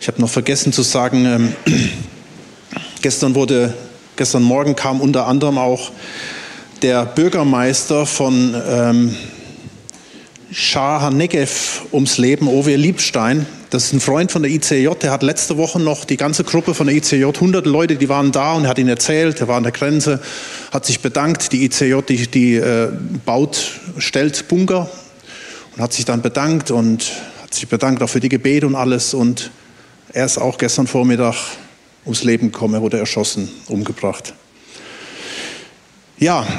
Ich habe noch vergessen zu sagen, gestern Morgen kam unter anderem auch der Bürgermeister von Shah Negev ums Leben, Owe Liebstein. Das ist ein Freund von der ICJ, der hat letzte Woche noch die ganze Gruppe von der ICJ, 100 Leute, die waren da und er hat ihnen erzählt, er war an der Grenze, hat sich bedankt, die ICJ, die stellt Bunker und hat sich dann bedankt und hat sich bedankt auch für die Gebete und alles und er ist auch gestern Vormittag ums Leben gekommen, er wurde erschossen, umgebracht. Ja,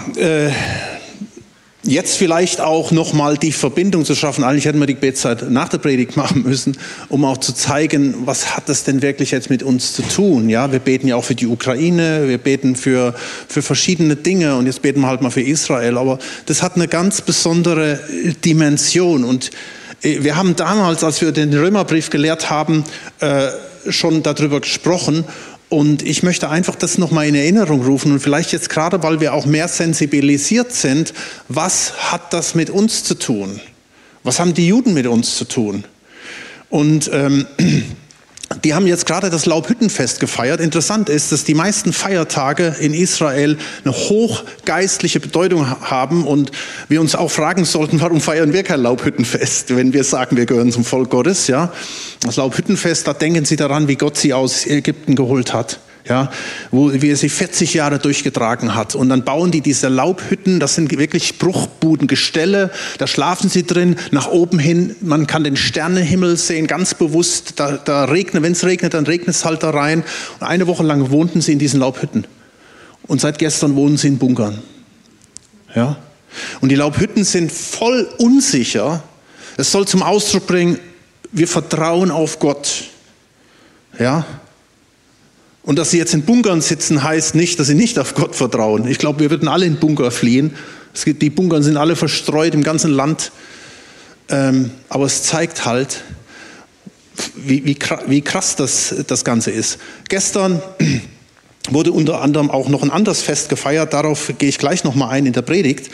jetzt vielleicht auch nochmal die Verbindung zu schaffen. Eigentlich hätten wir die Gebetszeit nach der Predigt machen müssen, um auch zu zeigen, was hat das denn wirklich jetzt mit uns zu tun? Ja, wir beten ja auch für die Ukraine, wir beten für verschiedene Dinge und jetzt beten wir halt mal für Israel. Aber das hat eine ganz besondere Dimension und wir haben damals, als wir den Römerbrief gelehrt haben, schon darüber gesprochen. Und ich möchte einfach das nochmal in Erinnerung rufen und vielleicht jetzt gerade, weil wir auch mehr sensibilisiert sind, was hat das mit uns zu tun? Was haben die Juden mit uns zu tun? Und die haben jetzt gerade das Laubhüttenfest gefeiert. Interessant ist, dass die meisten Feiertage in Israel eine hochgeistliche Bedeutung haben und wir uns auch fragen sollten, warum feiern wir kein Laubhüttenfest, wenn wir sagen, wir gehören zum Volk Gottes, ja? Das Laubhüttenfest, da denken sie daran, wie Gott sie aus Ägypten geholt hat. Ja, wie er sie 40 Jahre durchgetragen hat. Und dann bauen die diese Laubhütten, das sind wirklich Bruchbuden, Gestelle, da schlafen sie drin, nach oben hin, man kann den Sternenhimmel sehen, ganz bewusst, da regnet, wenn es regnet, dann regnet es halt da rein. Und eine Woche lang wohnten sie in diesen Laubhütten. Und seit gestern wohnen sie in Bunkern. Ja? Und die Laubhütten sind voll unsicher. Es soll zum Ausdruck bringen, wir vertrauen auf Gott. Ja? Und dass sie jetzt in Bunkern sitzen, heißt nicht, dass sie nicht auf Gott vertrauen. Ich glaube, wir würden alle in Bunker fliehen. Die Bunkern sind alle verstreut im ganzen Land. Aber es zeigt halt, wie krass das Ganze ist. Gestern wurde unter anderem auch noch ein anderes Fest gefeiert. Darauf gehe ich gleich nochmal ein in der Predigt.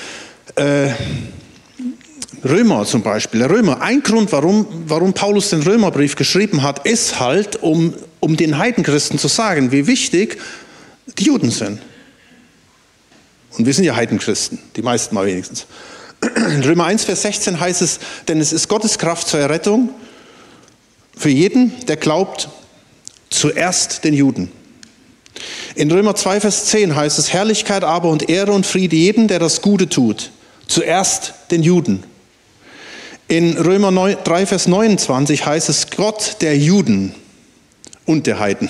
Römer zum Beispiel. Der Römer, ein Grund, warum Paulus den Römerbrief geschrieben hat, ist halt, um den Heidenchristen zu sagen, wie wichtig die Juden sind. Und wir sind ja Heidenchristen, die meisten mal wenigstens. In Römer 1, Vers 16 heißt es, denn es ist Gottes Kraft zur Errettung für jeden, der glaubt, zuerst den Juden. In Römer 2, Vers 10 heißt es, Herrlichkeit aber und Ehre und Friede jedem, der das Gute tut, zuerst den Juden. In Römer 3, Vers 29 heißt es, Gott der Juden und der Heiden.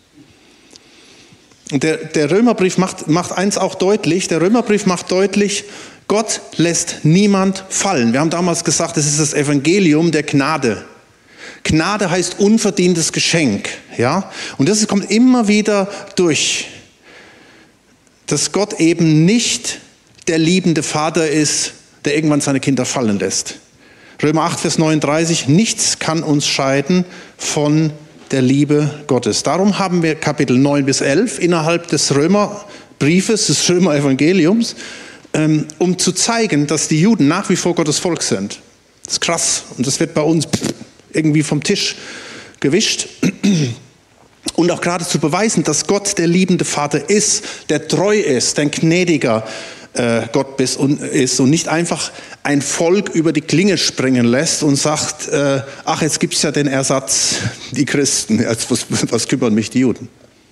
Und der Römerbrief macht eins auch deutlich, der Römerbrief macht deutlich, Gott lässt niemand fallen. Wir haben damals gesagt, es ist das Evangelium der Gnade. Gnade heißt unverdientes Geschenk. Ja? Und das kommt immer wieder durch, dass Gott eben nicht der liebende Vater ist, der irgendwann seine Kinder fallen lässt. Römer 8, Vers 39, nichts kann uns scheiden von der Liebe Gottes. Darum haben wir Kapitel 9 bis 11 innerhalb des Römerbriefes, des Römer-Evangeliums, um zu zeigen, dass die Juden nach wie vor Gottes Volk sind. Das ist krass und das wird bei uns irgendwie vom Tisch gewischt. Und auch gerade zu beweisen, dass Gott der liebende Vater ist, der treu ist, ein gnädiger Gott ist und nicht einfach ein Volk über die Klinge springen lässt und sagt, ach, jetzt gibt es ja den Ersatz, die Christen, was kümmern mich die Juden.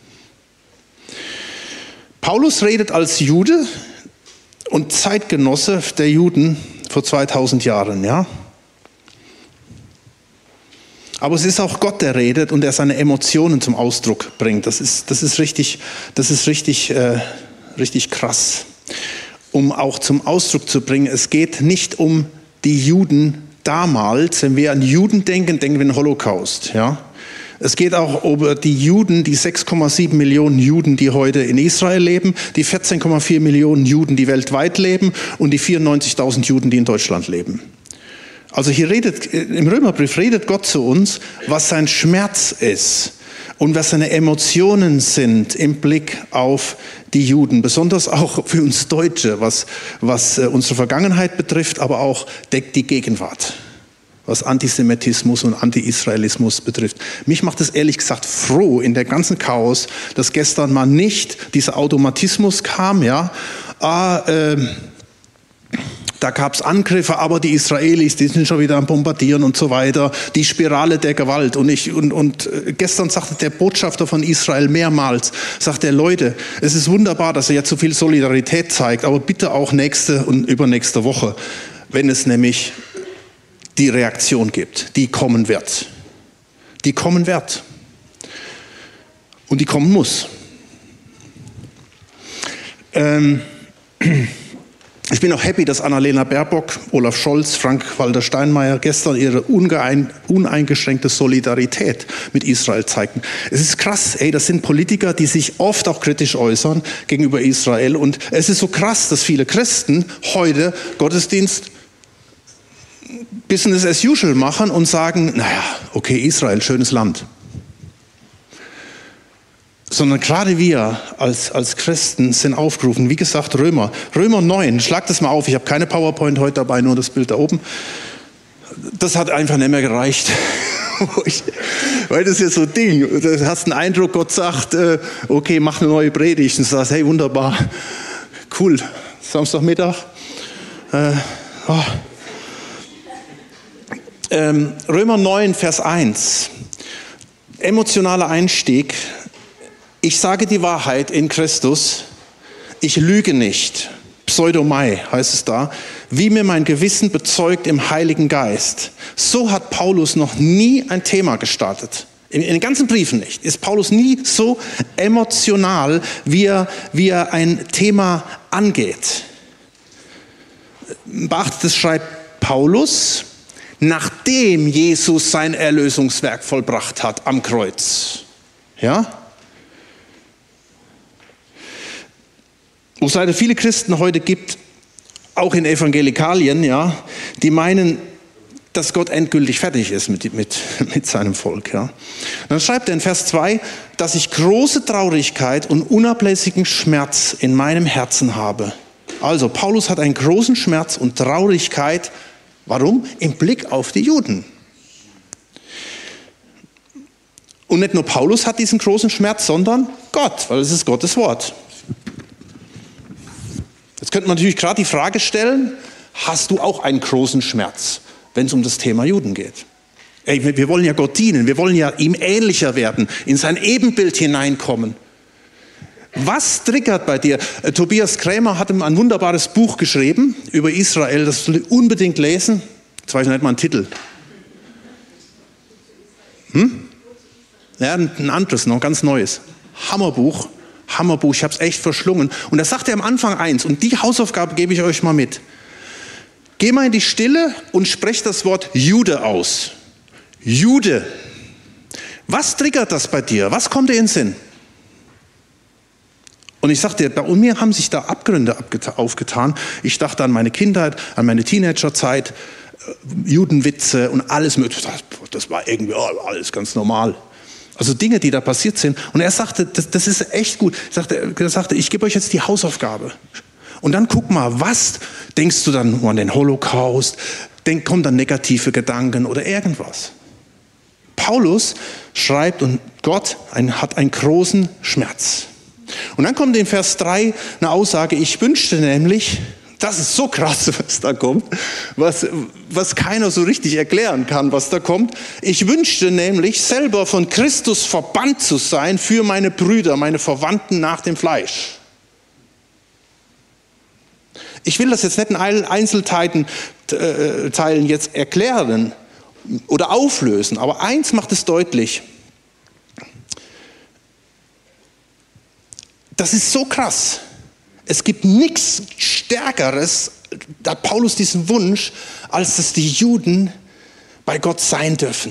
Paulus redet als Jude und Zeitgenosse der Juden vor 2000 Jahren, ja. Aber es ist auch Gott, der redet und der seine Emotionen zum Ausdruck bringt. Das ist richtig krass. Um auch zum Ausdruck zu bringen, es geht nicht um die Juden damals. Wenn wir an Juden denken, denken wir an den Holocaust. Ja? Es geht auch um die Juden, die 6,7 Millionen Juden, die heute in Israel leben, die 14,4 Millionen Juden, die weltweit leben und die 94.000 Juden, die in Deutschland leben. Also im Römerbrief redet Gott zu uns, was sein Schmerz ist und was seine Emotionen sind im Blick auf die Juden, besonders auch für uns Deutsche, was unsere Vergangenheit betrifft, aber auch die Gegenwart. was Antisemitismus und Anti-Israelismus betrifft. Mich macht es ehrlich gesagt froh in der ganzen Chaos, dass gestern mal nicht dieser Automatismus kam, ja, da gab es Angriffe, aber die Israelis, die sind schon wieder am Bombardieren und so weiter. Die Spirale der Gewalt. Und gestern sagte der Botschafter von Israel mehrmals, sagt er, Leute, es ist wunderbar, dass ihr jetzt so viel Solidarität zeigt, aber bitte auch nächste und übernächste Woche, wenn es nämlich die Reaktion gibt, die kommen wird. Die kommen wird. Und die kommen muss. Ich bin auch happy, dass Annalena Baerbock, Olaf Scholz, Frank-Walter Steinmeier gestern ihre uneingeschränkte Solidarität mit Israel zeigten. Es ist krass, das sind Politiker, die sich oft auch kritisch äußern gegenüber Israel. Und es ist so krass, dass viele Christen heute Gottesdienst Business as usual machen und sagen, naja, okay, Israel, schönes Land. Sondern gerade wir als Christen sind aufgerufen, wie gesagt, Römer 9, schlag das mal auf, ich habe keine PowerPoint heute dabei, nur das Bild da oben. Das hat einfach nicht mehr gereicht. Weil das ist ja so ein Ding, du hast den Eindruck, Gott sagt, okay, mach eine neue Predigt. Und du sagst, hey, wunderbar, cool, Samstagmittag. Römer 9, Vers 1, emotionaler Einstieg. Ich sage die Wahrheit in Christus, ich lüge nicht, Pseudomai heißt es da, wie mir mein Gewissen bezeugt im Heiligen Geist. So hat Paulus noch nie ein Thema gestartet. In den ganzen Briefen nicht. Ist Paulus nie so emotional, wie er ein Thema angeht. Beachtet, das schreibt Paulus, nachdem Jesus sein Erlösungswerk vollbracht hat am Kreuz. Ja? Wo es leider viele Christen heute gibt, auch in Evangelikalien, ja, die meinen, dass Gott endgültig fertig ist mit seinem Volk. Ja. Dann schreibt er in Vers 2, dass ich große Traurigkeit und unablässigen Schmerz in meinem Herzen habe. Also Paulus hat einen großen Schmerz und Traurigkeit. Warum? Im Blick auf die Juden. Und nicht nur Paulus hat diesen großen Schmerz, sondern Gott, weil es ist Gottes Wort. Jetzt könnte man natürlich gerade die Frage stellen, hast du auch einen großen Schmerz, wenn es um das Thema Juden geht? Wir wollen ja Gott dienen, wir wollen ja ihm ähnlicher werden, in sein Ebenbild hineinkommen. Was triggert bei dir? Tobias Krämer hat ein wunderbares Buch geschrieben über Israel, das soll ich unbedingt lesen. Jetzt weiß ich nicht mal einen Titel. Ja, ein anderes, noch ganz neues. Hammerbuch, ich habe es echt verschlungen. Und da sagt er am Anfang eins, und die Hausaufgabe gebe ich euch mal mit. Geh mal in die Stille und sprech das Wort Jude aus. Jude. Was triggert das bei dir? Was kommt dir in den Sinn? Und ich sagte, bei mir haben sich da Abgründe aufgetan. Ich dachte an meine Kindheit, an meine Teenagerzeit, Judenwitze und alles mögliche. Das war irgendwie alles ganz normal. Also Dinge, die da passiert sind. Und er sagte, das ist echt gut. Er sagte, ich gebe euch jetzt die Hausaufgabe. Und dann guck mal, was denkst du dann an den Holocaust? Kommen dann negative Gedanken oder irgendwas? Paulus schreibt, und Gott hat einen großen Schmerz. Und dann kommt in Vers 3 eine Aussage, ich wünschte nämlich, das ist so krass, was da kommt, was keiner so richtig erklären kann, was da kommt. Ich wünschte nämlich, selber von Christus verbannt zu sein für meine Brüder, meine Verwandten nach dem Fleisch. Ich will das jetzt nicht in Einzelteilen jetzt erklären oder auflösen, aber eins macht es deutlich. Das ist so krass. Es gibt nichts Stärkeres, da hat Paulus diesen Wunsch, als dass die Juden bei Gott sein dürfen.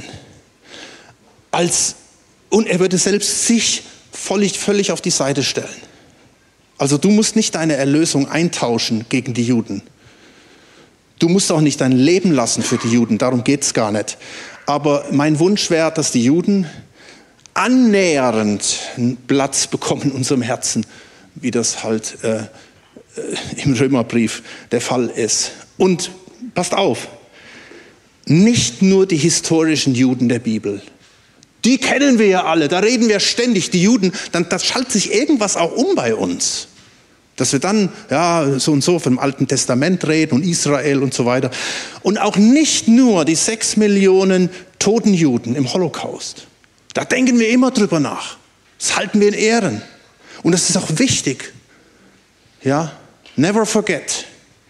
Und er würde selbst sich völlig auf die Seite stellen. Also du musst nicht deine Erlösung eintauschen gegen die Juden. Du musst auch nicht dein Leben lassen für die Juden, darum geht es gar nicht. Aber mein Wunsch wäre, dass die Juden annähernd einen Platz bekommen in unserem Herzen, wie das halt im Römerbrief der Fall ist. Und passt auf, nicht nur die historischen Juden der Bibel. Die kennen wir ja alle, da reden wir ständig, die Juden, dann das schaltet sich irgendwas auch um bei uns. Dass wir dann ja so und so vom Alten Testament reden und Israel und so weiter. Und auch nicht nur die 6 Millionen toten Juden im Holocaust. Da denken wir immer drüber nach. Das halten wir in Ehren. Und das ist auch wichtig. Ja, never forget.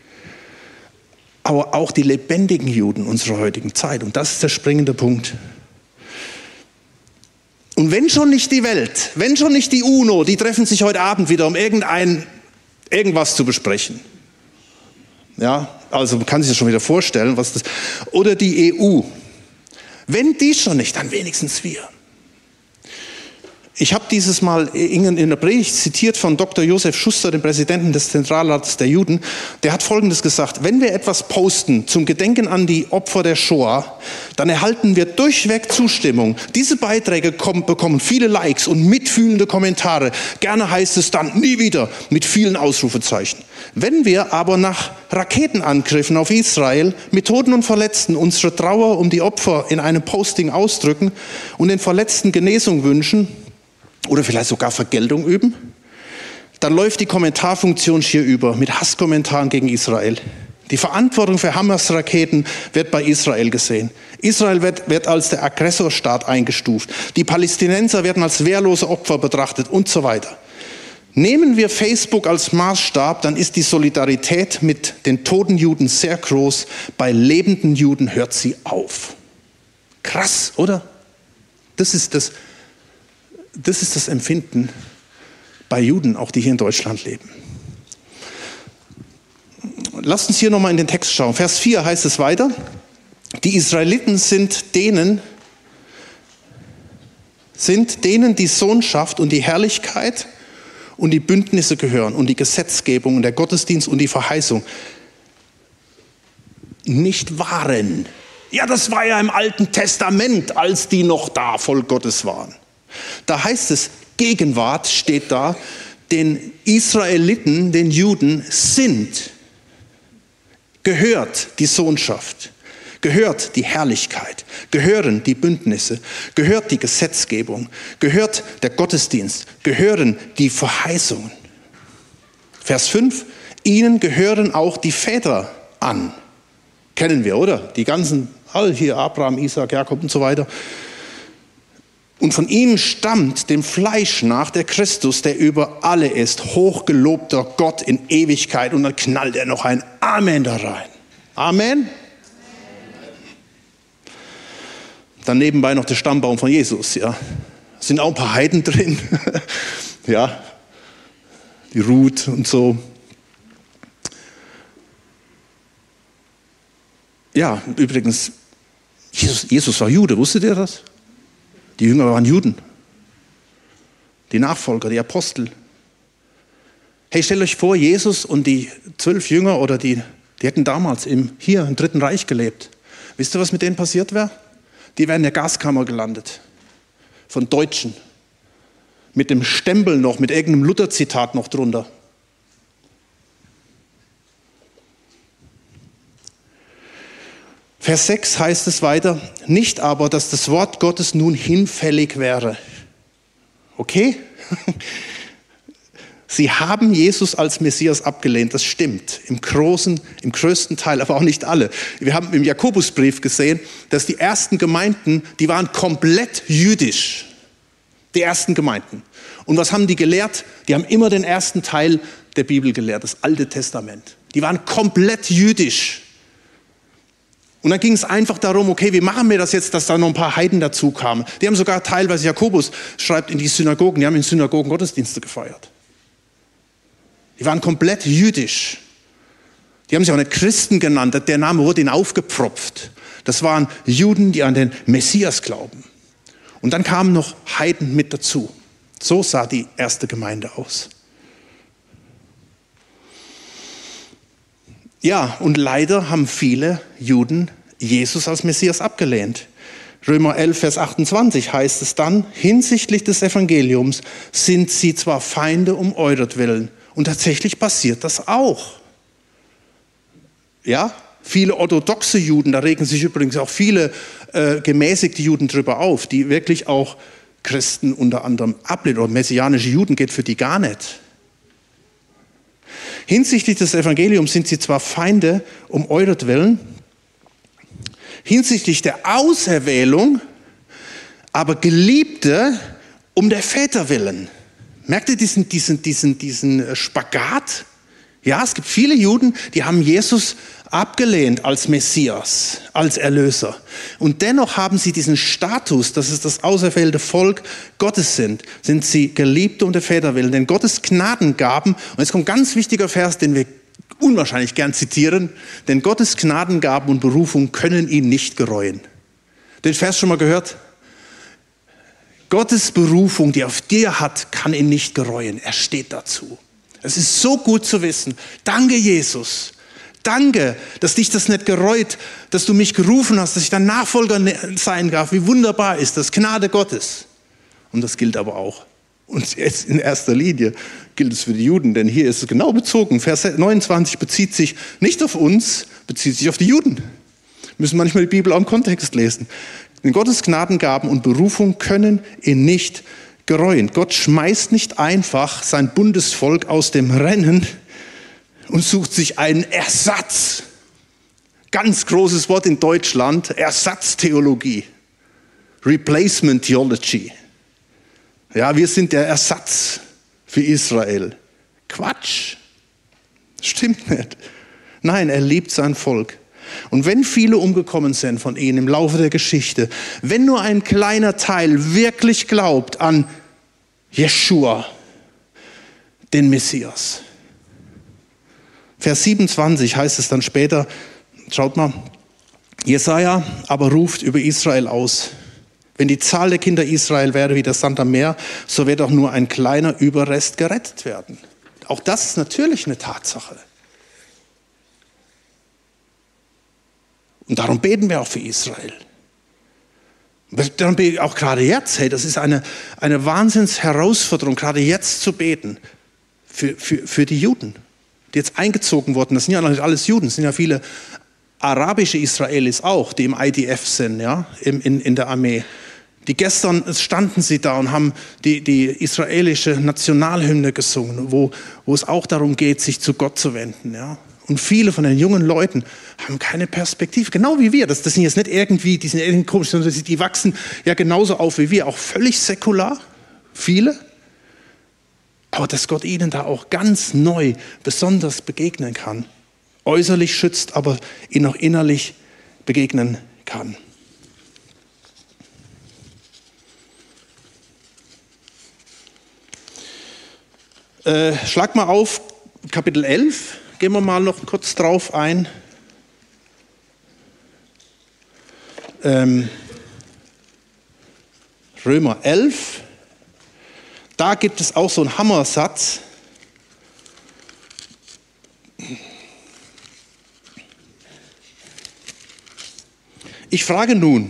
Aber auch die lebendigen Juden unserer heutigen Zeit. Und das ist der springende Punkt. Und wenn schon nicht die Welt, wenn schon nicht die UNO, die treffen sich heute Abend wieder, um irgendwas zu besprechen. Ja, also man kann sich das schon wieder vorstellen, was das, oder die EU. Wenn die schon nicht, dann wenigstens wir. Ich habe dieses Mal in der Predigt zitiert von Dr. Josef Schuster, dem Präsidenten des Zentralrats der Juden. Der hat Folgendes gesagt: Wenn wir etwas posten zum Gedenken an die Opfer der Shoah, dann erhalten wir durchweg Zustimmung. Diese Beiträge bekommen viele Likes und mitfühlende Kommentare. Gerne heißt es dann nie wieder mit vielen Ausrufezeichen. Wenn wir aber nach Raketenangriffen auf Israel, mit Toten und Verletzten unsere Trauer um die Opfer in einem Posting ausdrücken und den Verletzten Genesung wünschen, oder vielleicht sogar Vergeltung üben, dann läuft die Kommentarfunktion schier über mit Hasskommentaren gegen Israel. Die Verantwortung für Hamas-Raketen wird bei Israel gesehen. Israel wird als der Aggressorstaat eingestuft. Die Palästinenser werden als wehrlose Opfer betrachtet und so weiter. Nehmen wir Facebook als Maßstab, dann ist die Solidarität mit den toten Juden sehr groß. Bei lebenden Juden hört sie auf. Krass, oder? Das ist das Empfinden bei Juden, auch die hier in Deutschland leben. Lasst uns hier nochmal in den Text schauen. Vers 4 heißt es weiter: Die Israeliten sind denen die Sohnschaft und die Herrlichkeit und die Bündnisse gehören und die Gesetzgebung und der Gottesdienst und die Verheißung nicht waren. Ja, das war ja im Alten Testament, als die noch da Volk Gottes waren. Da heißt es, Gegenwart steht da, den Israeliten, den Juden gehört die Sohnschaft, gehört die Herrlichkeit, gehören die Bündnisse, gehört die Gesetzgebung, gehört der Gottesdienst, gehören die Verheißungen. Vers 5, ihnen gehören auch die Väter an. Kennen wir, oder? Die ganzen, all hier Abraham, Isaac, Jakob und so weiter. Und von ihnen stammt dem Fleisch nach der Christus, der über alle ist, hochgelobter Gott in Ewigkeit. Und dann knallt er noch ein Amen da rein. Amen. Dann nebenbei noch der Stammbaum von Jesus. Ja, sind auch ein paar Heiden drin. Ja, die Ruth und so. Ja, übrigens, Jesus war Jude, wusstet ihr das? Die Jünger waren Juden. Die Nachfolger, die Apostel. Hey, stellt euch vor, Jesus und die 12 Jünger oder die hätten damals hier im Dritten Reich gelebt. Wisst ihr, was mit denen passiert wäre? Die wären in der Gaskammer gelandet. Von Deutschen. Mit dem Stempel noch, mit irgendeinem Luther-Zitat noch drunter. Vers 6 heißt es weiter, nicht aber, dass das Wort Gottes nun hinfällig wäre. Okay? Sie haben Jesus als Messias abgelehnt, das stimmt. Im größten Teil, aber auch nicht alle. Wir haben im Jakobusbrief gesehen, dass die ersten Gemeinden, die waren komplett jüdisch. Die ersten Gemeinden. Und was haben die gelehrt? Die haben immer den ersten Teil der Bibel gelehrt, das Alte Testament. Die waren komplett jüdisch. Und dann ging es einfach darum, okay, wie machen wir das jetzt, dass da noch ein paar Heiden dazu kamen. Die haben sogar teilweise, Jakobus schreibt in die Synagogen, die haben in Synagogen Gottesdienste gefeiert. Die waren komplett jüdisch. Die haben sich auch nicht Christen genannt, der Name wurde ihnen aufgepropft. Das waren Juden, die an den Messias glauben. Und dann kamen noch Heiden mit dazu. So sah die erste Gemeinde aus. Ja, und leider haben viele Juden Jesus als Messias abgelehnt. Römer 11, Vers 28 heißt es dann, hinsichtlich des Evangeliums sind sie zwar Feinde um euretwillen. Und tatsächlich passiert das auch. Ja, Viele orthodoxe Juden, da regen sich übrigens auch viele gemäßigte Juden drüber auf, die wirklich auch Christen unter anderem ablehnen, oder messianische Juden geht für die gar nicht. Hinsichtlich des Evangeliums sind sie zwar Feinde um euretwillen, hinsichtlich der Auserwählung aber Geliebte um der Väter willen. Merkt ihr diesen Spagat? Ja, es gibt viele Juden, die haben Jesus abgelehnt als Messias, als Erlöser. Und dennoch haben sie diesen Status, dass es das auserwählte Volk Gottes sind sie Geliebte um der Väter willen. Denn Gottes Gnadengaben, und jetzt kommt ein ganz wichtiger Vers, den wir unwahrscheinlich gern zitieren, denn Gottes Gnadengaben und Berufung können ihn nicht gereuen. Den Vers schon mal gehört? Gottes Berufung, die er auf dir hat, kann ihn nicht gereuen. Er steht dazu. Es ist so gut zu wissen. Danke, Jesus. Danke, dass dich das nicht gereut, dass du mich gerufen hast, dass ich dein Nachfolger sein darf. Wie wunderbar ist das. Gnade Gottes. Und das gilt aber auch. Und jetzt in erster Linie gilt es für die Juden, denn hier ist es genau bezogen. Vers 29 bezieht sich nicht auf uns, bezieht sich auf die Juden. Wir müssen manchmal die Bibel auch im Kontext lesen. Denn Gottes Gnadengaben und Berufung können ihn nicht gereuen. Gott schmeißt nicht einfach sein Bundesvolk aus dem Rennen und sucht sich einen Ersatz. Ganz großes Wort in Deutschland, Ersatztheologie. Replacement Theology. Ja, wir sind der Ersatz für Israel. Quatsch. Stimmt nicht. Nein, er liebt sein Volk. Und wenn viele umgekommen sind von ihnen im Laufe der Geschichte, wenn nur ein kleiner Teil wirklich glaubt an Jeschua, den Messias. Vers 27 heißt es dann später, schaut mal, Jesaja aber ruft über Israel aus. Wenn die Zahl der Kinder Israel wäre wie der Sand am Meer, so wird auch nur ein kleiner Überrest gerettet werden. Auch das ist natürlich eine Tatsache. Und darum beten wir auch für Israel. Darum beten wir auch gerade jetzt, hey, das ist eine Wahnsinnsherausforderung, gerade jetzt zu beten für die Juden, die jetzt eingezogen wurden. Das sind ja nicht alles Juden, es sind ja viele arabische Israelis auch, die im IDF sind, ja, in der Armee. Gestern standen sie da und haben die israelische Nationalhymne gesungen, wo es auch darum geht, sich zu Gott zu wenden, ja. Und viele von den jungen Leuten haben keine Perspektive, genau wie wir. Das sind jetzt nicht irgendwie, die sind irgendwie komisch, sondern die wachsen ja genauso auf wie wir, auch völlig säkular, viele. Aber dass Gott ihnen da auch ganz neu, besonders begegnen kann. Äußerlich schützt, aber ihnen auch innerlich begegnen kann. Schlag mal auf, Kapitel 11. Gehen wir mal noch kurz drauf ein. Römer 11. Da gibt es auch so einen Hammersatz. Ich frage nun,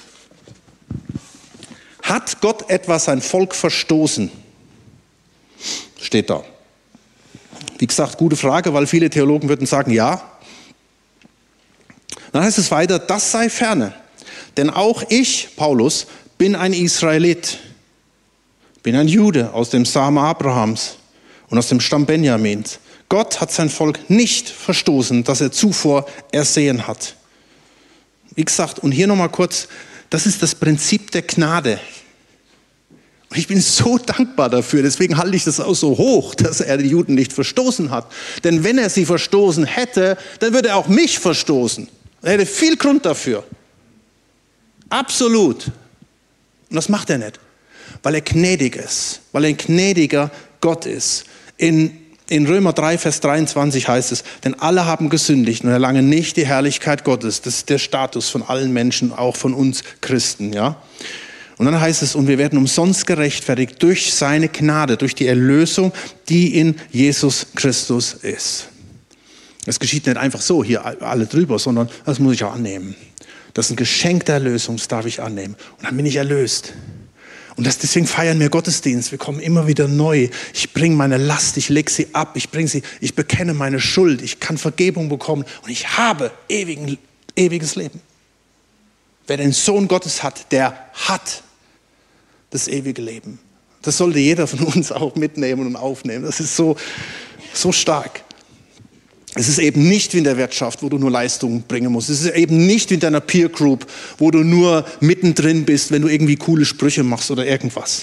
hat Gott etwa sein Volk verstoßen? Steht da. Wie gesagt, gute Frage, weil viele Theologen würden sagen, ja. Dann heißt es weiter, das sei ferne. Denn auch ich, Paulus, bin ein Israelit, bin ein Jude aus dem Samen Abrahams und aus dem Stamm Benjamins. Gott hat sein Volk nicht verstoßen, das er zuvor ersehen hat. Wie gesagt, und hier nochmal kurz, das ist das Prinzip der Gnade. Und ich bin so dankbar dafür, deswegen halte ich das auch so hoch, dass er die Juden nicht verstoßen hat. Denn wenn er sie verstoßen hätte, dann würde er auch mich verstoßen. Er hätte viel Grund dafür. Absolut. Und das macht er nicht, weil er gnädig ist, weil er ein gnädiger Gott ist. In Römer 3, Vers 23 heißt es, denn alle haben gesündigt und erlangen nicht die Herrlichkeit Gottes. Das ist der Status von allen Menschen, auch von uns Christen, ja. Und dann heißt es, und wir werden umsonst gerechtfertigt durch seine Gnade, durch die Erlösung, die in Jesus Christus ist. Das geschieht nicht einfach so, hier alle drüber, sondern das muss ich auch annehmen. Das ist ein Geschenk der Erlösung, das darf ich annehmen. Und dann bin ich erlöst. Und deswegen feiern wir Gottesdienst. Wir kommen immer wieder neu. Ich bringe meine Last, ich lege sie ab, ich bekenne meine Schuld, ich kann Vergebung bekommen und ich habe ewiges Leben. Wer den Sohn Gottes hat, der hat das ewige Leben. Das sollte jeder von uns auch mitnehmen und aufnehmen. Das ist so stark. Es ist eben nicht wie in der Wirtschaft, wo du nur Leistungen bringen musst. Es ist eben nicht wie in deiner Peer Group, wo du nur mittendrin bist, wenn du irgendwie coole Sprüche machst oder irgendwas.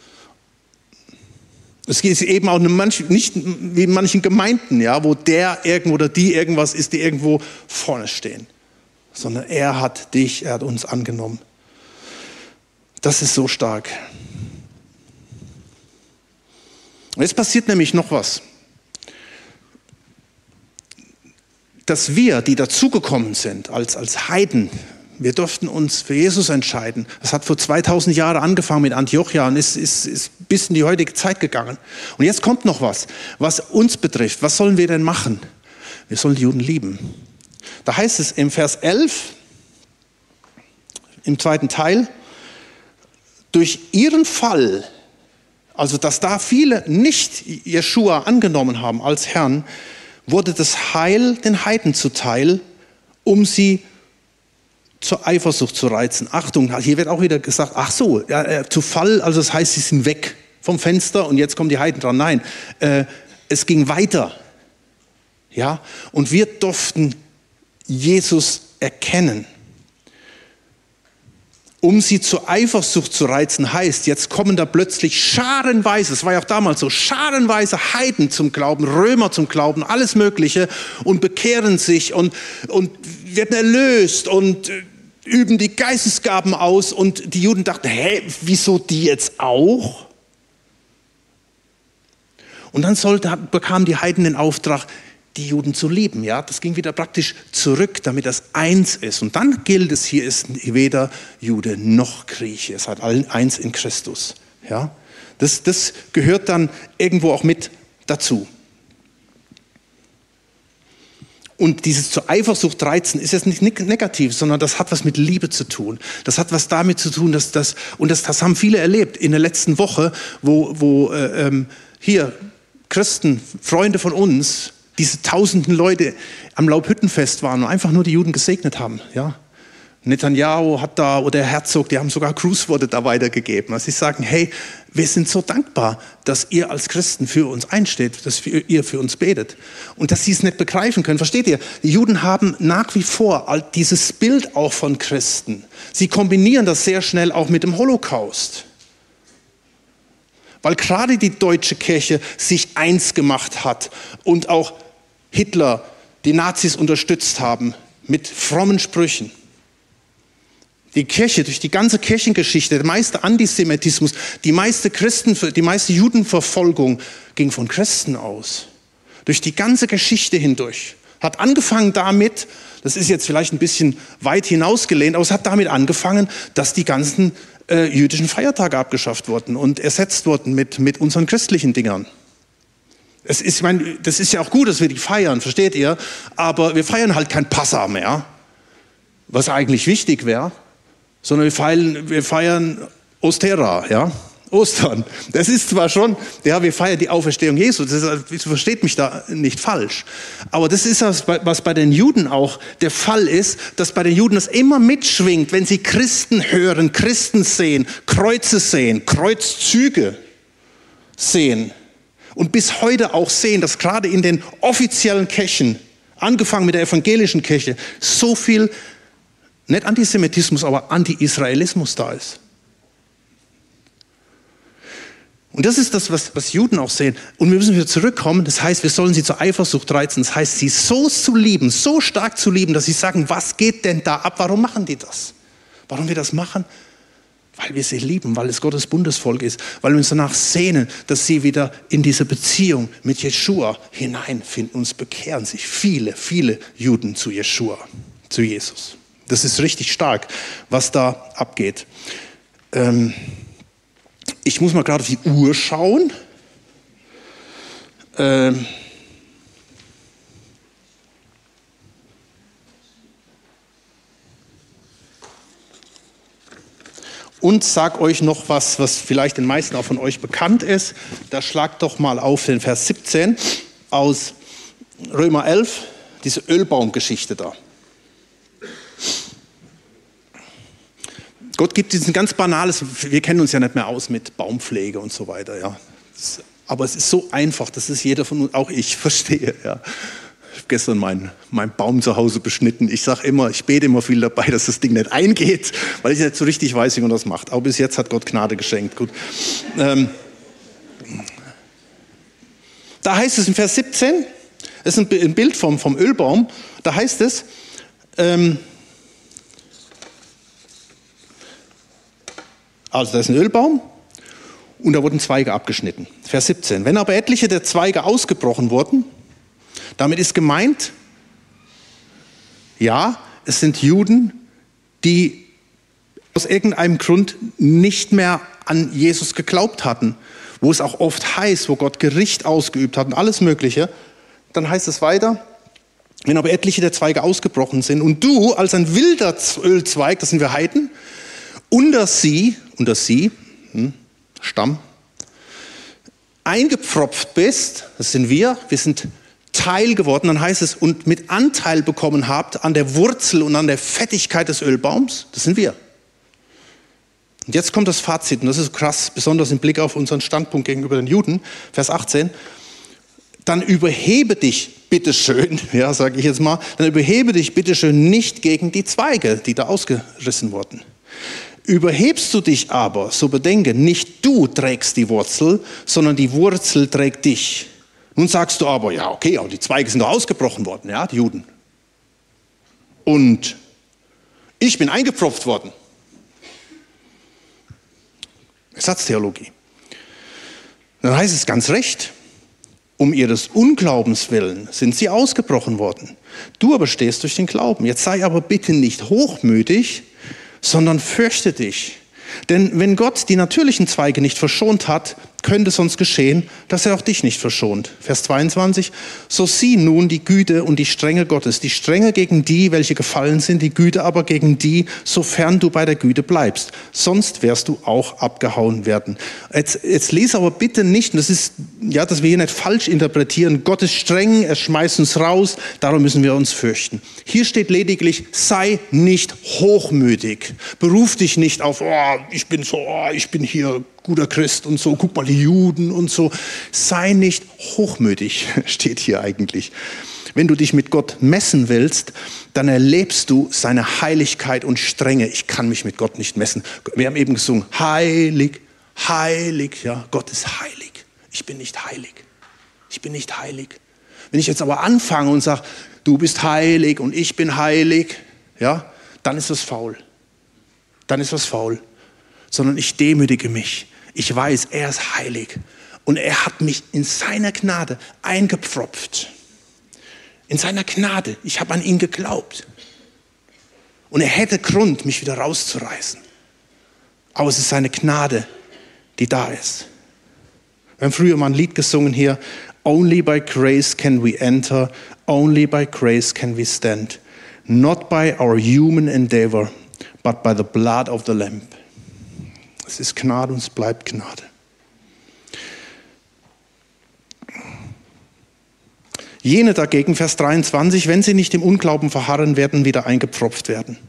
Es ist eben auch nicht wie in manchen Gemeinden, ja, wo der irgendwo oder die irgendwas ist, die irgendwo vorne stehen. Sondern er hat uns angenommen. Das ist so stark. Und jetzt passiert nämlich noch was. Dass wir, die dazugekommen sind, als Heiden, wir durften uns für Jesus entscheiden. Das hat vor 2000 Jahren angefangen mit Antiochia und ist bis in die heutige Zeit gegangen. Und jetzt kommt noch was uns betrifft. Was sollen wir denn machen? Wir sollen die Juden lieben. Da heißt es im Vers 11, im zweiten Teil, durch ihren Fall, also dass da viele nicht Jeschua angenommen haben als Herrn, wurde das Heil den Heiden zuteil, um sie zur Eifersucht zu reizen. Achtung, hier wird auch wieder gesagt, ach so, zu Fall, also das heißt, sie sind weg vom Fenster und jetzt kommen die Heiden dran. Nein, es ging weiter. Ja? Und wir durften Jesus erkennen. Um sie zur Eifersucht zu reizen, heißt, jetzt kommen da plötzlich scharenweise, das war ja auch damals so, scharenweise Heiden zum Glauben, Römer zum Glauben, alles Mögliche und bekehren sich und werden erlöst und üben die Geistesgaben aus und die Juden dachten, wieso die jetzt auch? Und dann bekamen die Heiden den Auftrag, die Juden zu lieben. Ja? Das ging wieder praktisch zurück, damit das eins ist. Und dann gilt es, hier ist weder Jude noch Grieche. Es hat allen eins in Christus. Ja? Das gehört dann irgendwo auch mit dazu. Und dieses zur Eifersucht reizen ist jetzt nicht negativ, sondern das hat was mit Liebe zu tun. Das hat was damit zu tun, dass das haben viele erlebt in der letzten Woche, wo hier Christen, Freunde von uns, diese tausenden Leute am Laubhüttenfest waren und einfach nur die Juden gesegnet haben. Ja? Netanyahu hat da, oder der Herzog, die haben sogar Grußworte da weitergegeben. Also sie sagen, hey, wir sind so dankbar, dass ihr als Christen für uns einsteht, dass ihr für uns betet. Und dass sie es nicht begreifen können. Versteht ihr? Die Juden haben nach wie vor dieses Bild auch von Christen. Sie kombinieren das sehr schnell auch mit dem Holocaust. Weil gerade die deutsche Kirche sich eins gemacht hat und auch Hitler, die Nazis unterstützt haben mit frommen Sprüchen. Die Kirche, durch die ganze Kirchengeschichte, der meiste Antisemitismus, die meiste Judenverfolgung ging von Christen aus. Durch die ganze Geschichte hindurch. Hat angefangen damit, das ist jetzt vielleicht ein bisschen weit hinausgelehnt, aber es hat damit angefangen, dass die ganzen jüdischen Feiertage abgeschafft wurden und ersetzt wurden mit unseren christlichen Dingern. Das ist ja auch gut, dass wir die feiern, versteht ihr? Aber wir feiern halt kein Passa mehr, was eigentlich wichtig wäre, sondern wir feiern Ostera, ja? Ostern. Das ist zwar schon, ja, wir feiern die Auferstehung Jesu, versteht mich da nicht falsch. Aber das ist das, was bei den Juden auch der Fall ist, dass bei den Juden das immer mitschwingt, wenn sie Christen hören, Christen sehen, Kreuze sehen, Kreuzzüge sehen. Und bis heute auch sehen, dass gerade in den offiziellen Kirchen, angefangen mit der evangelischen Kirche, so viel, nicht Antisemitismus, aber Anti-Israelismus da ist. Und das ist das, was Juden auch sehen. Und wir müssen wieder zurückkommen. Das heißt, wir sollen sie zur Eifersucht reizen. Das heißt, sie so zu lieben, so stark zu lieben, dass sie sagen, was geht denn da ab? Warum machen die das? Warum wir das machen? Weil wir sie lieben, weil es Gottes Bundesvolk ist, weil wir uns danach sehnen, dass sie wieder in diese Beziehung mit Jeschua hineinfinden. Uns bekehren sich viele, viele Juden zu Jeschua, zu Jesus. Das ist richtig stark, was da abgeht. Ich muss mal gerade auf die Uhr schauen. Und sag euch noch was vielleicht den meisten auch von euch bekannt ist. Da schlagt doch mal auf den Vers 17 aus Römer 11, diese Ölbaumgeschichte da. Gott gibt diesen ganz banales, wir kennen uns ja nicht mehr aus mit Baumpflege und so weiter. Ja. Aber es ist so einfach, dass es jeder von uns, auch ich, verstehe. Ja. Ich habe gestern meinen Baum zu Hause beschnitten. Ich sage immer, ich bete immer viel dabei, dass das Ding nicht eingeht, weil ich nicht so richtig weiß, wie man das macht. Aber bis jetzt hat Gott Gnade geschenkt. Gut. Da heißt es in Vers 17, das ist ein Bild vom Ölbaum, da heißt es, also da ist ein Ölbaum und da wurden Zweige abgeschnitten. Vers 17, wenn aber etliche der Zweige ausgebrochen wurden, damit ist gemeint, ja, es sind Juden, die aus irgendeinem Grund nicht mehr an Jesus geglaubt hatten, wo es auch oft heißt, wo Gott Gericht ausgeübt hat und alles Mögliche. Dann heißt es weiter, wenn aber etliche der Zweige ausgebrochen sind und du als ein wilder Ölzweig, das sind wir Heiden, unter sie, Stamm, eingepfropft bist, das sind wir sind Teil geworden, dann heißt es, und mit Anteil bekommen habt an der Wurzel und an der Fettigkeit des Ölbaums, das sind wir. Und jetzt kommt das Fazit, und das ist krass, besonders im Blick auf unseren Standpunkt gegenüber den Juden, Vers 18, dann überhebe dich bitteschön, ja, sage ich jetzt mal, dann überhebe dich bitteschön nicht gegen die Zweige, die da ausgerissen wurden. Überhebst du dich aber, so bedenke, nicht du trägst die Wurzel, sondern die Wurzel trägt dich. Nun sagst du aber, ja okay, aber die Zweige sind doch ausgebrochen worden, ja, die Juden. Und ich bin eingepfropft worden. Ersatztheologie. Dann heißt es ganz recht, um ihres Unglaubens willen sind sie ausgebrochen worden. Du aber stehst durch den Glauben. Jetzt sei aber bitte nicht hochmütig, sondern fürchte dich. Denn wenn Gott die natürlichen Zweige nicht verschont hat, könnte sonst geschehen, dass er auch dich nicht verschont. Vers 22, so sieh nun die Güte und die Strenge Gottes, die Strenge gegen die, welche gefallen sind, die Güte aber gegen die, sofern du bei der Güte bleibst. Sonst wirst du auch abgehauen werden. Jetzt lese aber bitte nicht, und das ist, ja, dass wir hier nicht falsch interpretieren, Gott ist streng, er schmeißt uns raus, darum müssen wir uns fürchten. Hier steht lediglich, sei nicht hochmütig. Beruf dich nicht auf, ich bin hier guter Christ und so, guck mal die Juden und so. Sei nicht hochmütig, steht hier eigentlich. Wenn du dich mit Gott messen willst, dann erlebst du seine Heiligkeit und Strenge. Ich kann mich mit Gott nicht messen. Wir haben eben gesungen, heilig, heilig, ja, Gott ist heilig. Ich bin nicht heilig. Ich bin nicht heilig. Wenn ich jetzt aber anfange und sage, du bist heilig und ich bin heilig, ja, dann ist das faul. Dann ist das faul. Sondern ich demütige mich. Ich weiß, er ist heilig und er hat mich in seiner Gnade eingepfropft. In seiner Gnade. Ich habe an ihn geglaubt. Und er hätte Grund, mich wieder rauszureißen. Aber es ist seine Gnade, die da ist. Wir haben früher mal ein Lied gesungen hier. Only by grace can we enter. Only by grace can we stand. Not by our human endeavor, but by the blood of the Lamb. Es ist Gnade und es bleibt Gnade. Jene dagegen, Vers 23, wenn sie nicht im Unglauben verharren, werden wieder eingepfropft werden.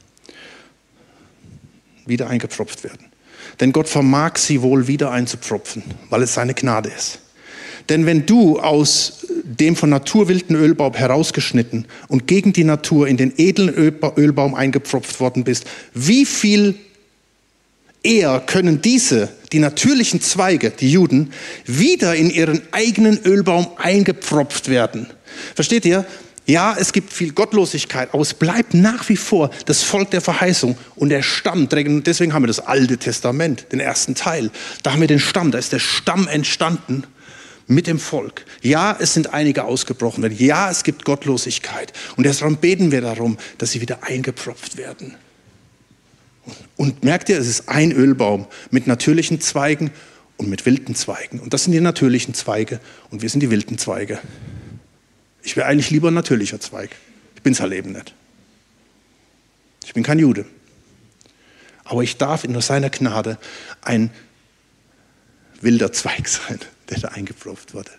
Wieder eingepfropft werden. Denn Gott vermag sie wohl wieder einzupfropfen, weil es seine Gnade ist. Denn wenn du aus dem von Natur wilden Ölbaum herausgeschnitten und gegen die Natur in den edlen Ölbaum eingepfropft worden bist, wie viel eher können die natürlichen Zweige, die Juden, wieder in ihren eigenen Ölbaum eingepfropft werden. Versteht ihr? Ja, es gibt viel Gottlosigkeit, aber es bleibt nach wie vor das Volk der Verheißung und der Stamm. Deswegen haben wir das Alte Testament, den ersten Teil. Da haben wir den Stamm, da ist der Stamm entstanden mit dem Volk. Ja, es sind einige ausgebrochen werden. Ja, es gibt Gottlosigkeit. Und deshalb beten wir darum, dass sie wieder eingepfropft werden. Und merkt ihr, es ist ein Ölbaum mit natürlichen Zweigen und mit wilden Zweigen. Und das sind die natürlichen Zweige und wir sind die wilden Zweige. Ich wäre eigentlich lieber ein natürlicher Zweig. Ich bin es halt eben nicht. Ich bin kein Jude. Aber ich darf in seiner Gnade ein wilder Zweig sein, der da eingepfropft wurde.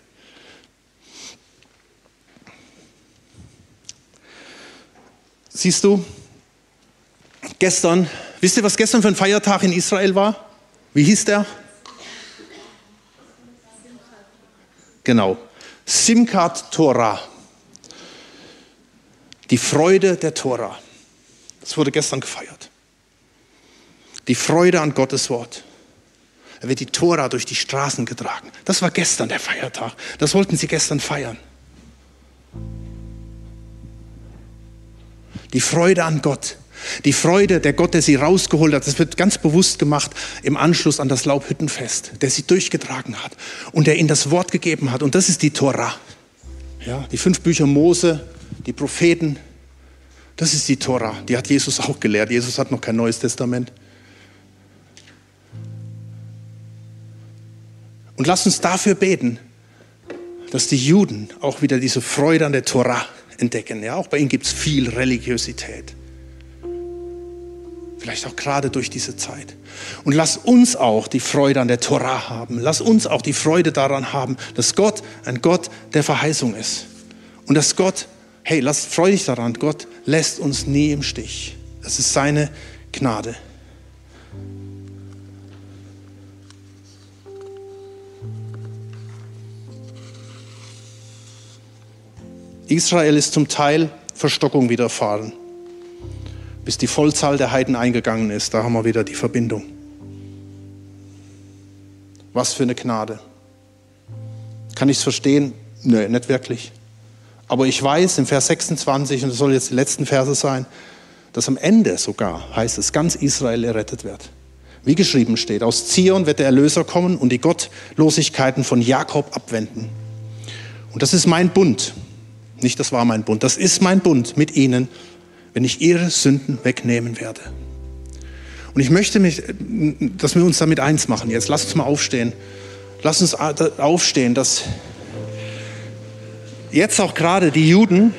Siehst du, wisst ihr, was gestern für ein Feiertag in Israel war? Wie hieß der? Genau, Simchat Torah. Die Freude der Tora. Das wurde gestern gefeiert. Die Freude an Gottes Wort. Da wird die Tora durch die Straßen getragen. Das war gestern der Feiertag. Das wollten sie gestern feiern. Die Freude an Gott. Die Freude der Gott, der sie rausgeholt hat. Das wird ganz bewusst gemacht im Anschluss an das Laubhüttenfest. Der sie durchgetragen hat und der ihnen das Wort gegeben hat. Und das ist die Tora. Ja, die 5 Bücher Mose, die Propheten. Das ist die Tora. Die hat Jesus auch gelehrt. Jesus hat noch kein Neues Testament. Und lasst uns dafür beten, dass die Juden auch wieder diese Freude an der Tora entdecken. Ja, auch bei ihnen gibt es viel Religiosität. Vielleicht auch gerade durch diese Zeit. Und lass uns auch die Freude an der Tora haben. Lass uns auch die Freude daran haben, dass Gott ein Gott der Verheißung ist. Und dass Gott, freu dich daran, Gott lässt uns nie im Stich. Das ist seine Gnade. Israel ist zum Teil Verstockung widerfahren, bis die Vollzahl der Heiden eingegangen ist. Da haben wir wieder die Verbindung. Was für eine Gnade. Kann ich es verstehen? Nö, nicht wirklich. Aber ich weiß, im Vers 26, und das soll jetzt die letzten Verse sein, dass am Ende sogar, heißt es, ganz Israel errettet wird. Wie geschrieben steht, aus Zion wird der Erlöser kommen und die Gottlosigkeiten von Jakob abwenden. Und das ist mein Bund. Nicht, das war mein Bund. Das ist mein Bund mit ihnen, wenn ich ihre Sünden wegnehmen werde. Und ich möchte dass wir uns damit eins machen. Jetzt lasst uns mal aufstehen. Lasst uns aufstehen, dass jetzt auch gerade die Juden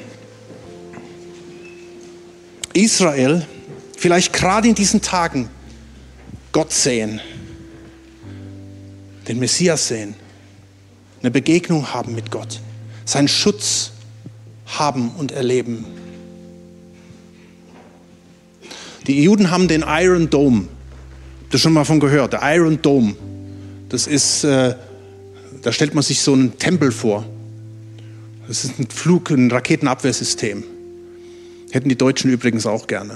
Israel vielleicht gerade in diesen Tagen Gott sehen, den Messias sehen, eine Begegnung haben mit Gott, seinen Schutz haben und erleben. Die Juden haben den Iron Dome. Habt ihr schon mal von gehört? Der Iron Dome. Das ist, da stellt man sich so einen Tempel vor. Das ist ein Raketenabwehrsystem. Hätten die Deutschen übrigens auch gerne.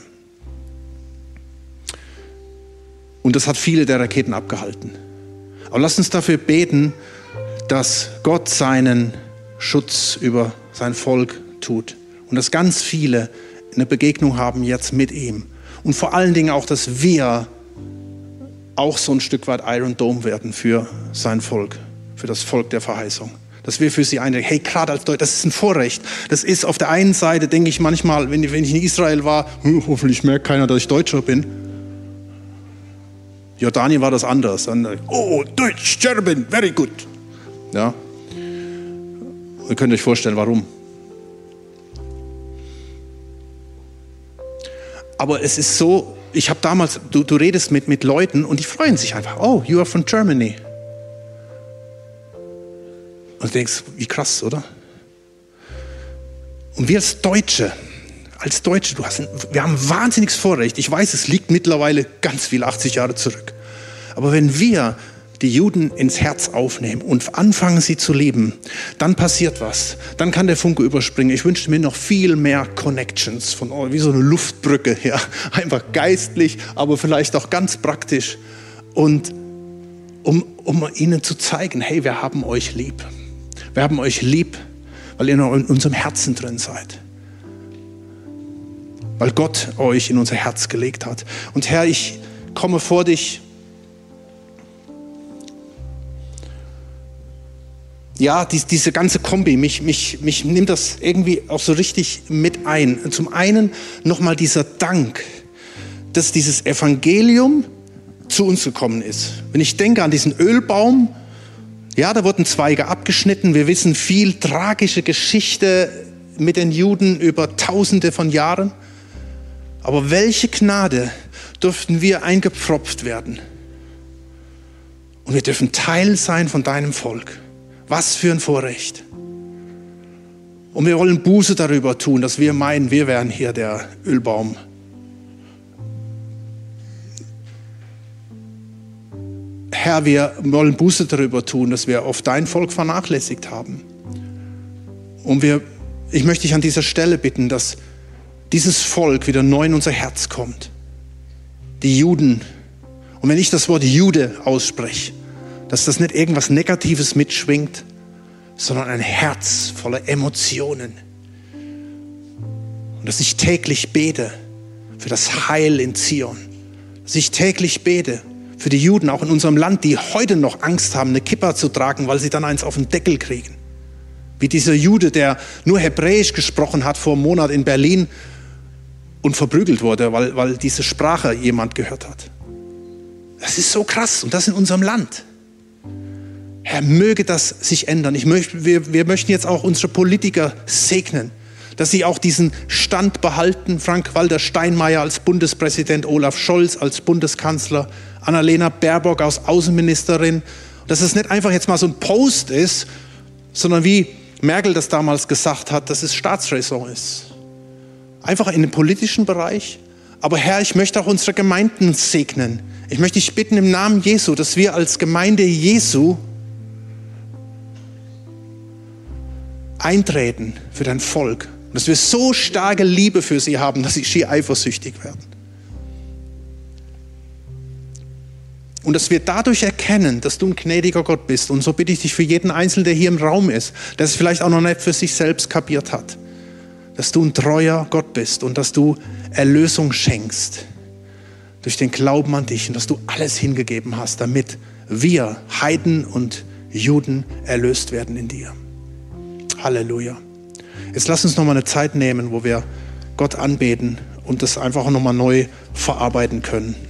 Und das hat viele der Raketen abgehalten. Aber lasst uns dafür beten, dass Gott seinen Schutz über sein Volk tut. Und dass ganz viele eine Begegnung haben jetzt mit ihm. Und vor allen Dingen auch, dass wir auch so ein Stück weit Iron Dome werden für sein Volk, für das Volk der Verheißung. Dass wir für sie eindenken, hey, gerade als Deutsche, das ist ein Vorrecht. Das ist auf der einen Seite, denke ich manchmal, wenn ich in Israel war, hoffentlich merkt keiner, dass ich Deutscher bin. Jordanien war das anders. Oh, Deutsch, German, very good. Ja. Ihr könnt euch vorstellen, warum. Aber es ist so, ich habe damals, du redest mit Leuten und die freuen sich einfach. Oh, you are from Germany. Und du denkst, wie krass, oder? Und wir als Deutsche, wir haben ein wahnsinniges Vorrecht. Ich weiß, es liegt mittlerweile ganz viel 80 Jahre zurück. Aber wenn wir die Juden ins Herz aufnehmen und anfangen, sie zu lieben, dann passiert was. Dann kann der Funke überspringen. Ich wünschte mir noch viel mehr Connections von euch, wie so eine Luftbrücke, ja, einfach geistlich, aber vielleicht auch ganz praktisch. Und um ihnen zu zeigen, hey, wir haben euch lieb. Wir haben euch lieb, weil ihr noch in unserem Herzen drin seid. Weil Gott euch in unser Herz gelegt hat. Und Herr, ich komme vor dich. Ja, diese ganze Kombi, mich nimmt das irgendwie auch so richtig mit ein. Zum einen nochmal dieser Dank, dass dieses Evangelium zu uns gekommen ist. Wenn ich denke an diesen Ölbaum, ja, da wurden Zweige abgeschnitten. Wir wissen viel tragische Geschichte mit den Juden über Tausende von Jahren. Aber welche Gnade, durften wir eingepfropft werden. Und wir dürfen Teil sein von deinem Volk. Was für ein Vorrecht. Und wir wollen Buße darüber tun, dass wir meinen, wir wären hier der Ölbaum. Herr, wir wollen Buße darüber tun, dass wir oft dein Volk vernachlässigt haben. Und ich möchte dich an dieser Stelle bitten, dass dieses Volk wieder neu in unser Herz kommt. Die Juden. Und wenn ich das Wort Jude ausspreche, dass das nicht irgendwas Negatives mitschwingt, sondern ein Herz voller Emotionen. Und dass ich täglich bete für das Heil in Zion. Dass ich täglich bete für die Juden, auch in unserem Land, die heute noch Angst haben, eine Kippa zu tragen, weil sie dann eins auf den Deckel kriegen. Wie dieser Jude, der nur Hebräisch gesprochen hat vor einem Monat in Berlin und verprügelt wurde, weil diese Sprache jemand gehört hat. Das ist so krass und das in unserem Land. Herr, möge das sich ändern. Wir möchten jetzt auch unsere Politiker segnen, dass sie auch diesen Stand behalten. Frank-Walter Steinmeier als Bundespräsident, Olaf Scholz als Bundeskanzler, Annalena Baerbock als Außenministerin. Dass es nicht einfach jetzt mal so ein Post ist, sondern wie Merkel das damals gesagt hat, dass es Staatsräson ist. Einfach in dem politischen Bereich. Aber Herr, ich möchte auch unsere Gemeinden segnen. Ich möchte dich bitten im Namen Jesu, dass wir als Gemeinde Jesu eintreten für dein Volk. Und dass wir so starke Liebe für sie haben, dass sie schier eifersüchtig werden. Und dass wir dadurch erkennen, dass du ein gnädiger Gott bist. Und so bitte ich dich für jeden Einzelnen, der hier im Raum ist, der es vielleicht auch noch nicht für sich selbst kapiert hat, dass du ein treuer Gott bist und dass du Erlösung schenkst durch den Glauben an dich und dass du alles hingegeben hast, damit wir, Heiden und Juden, erlöst werden in dir. Halleluja. Jetzt lass uns noch mal eine Zeit nehmen, wo wir Gott anbeten und das einfach noch mal neu verarbeiten können.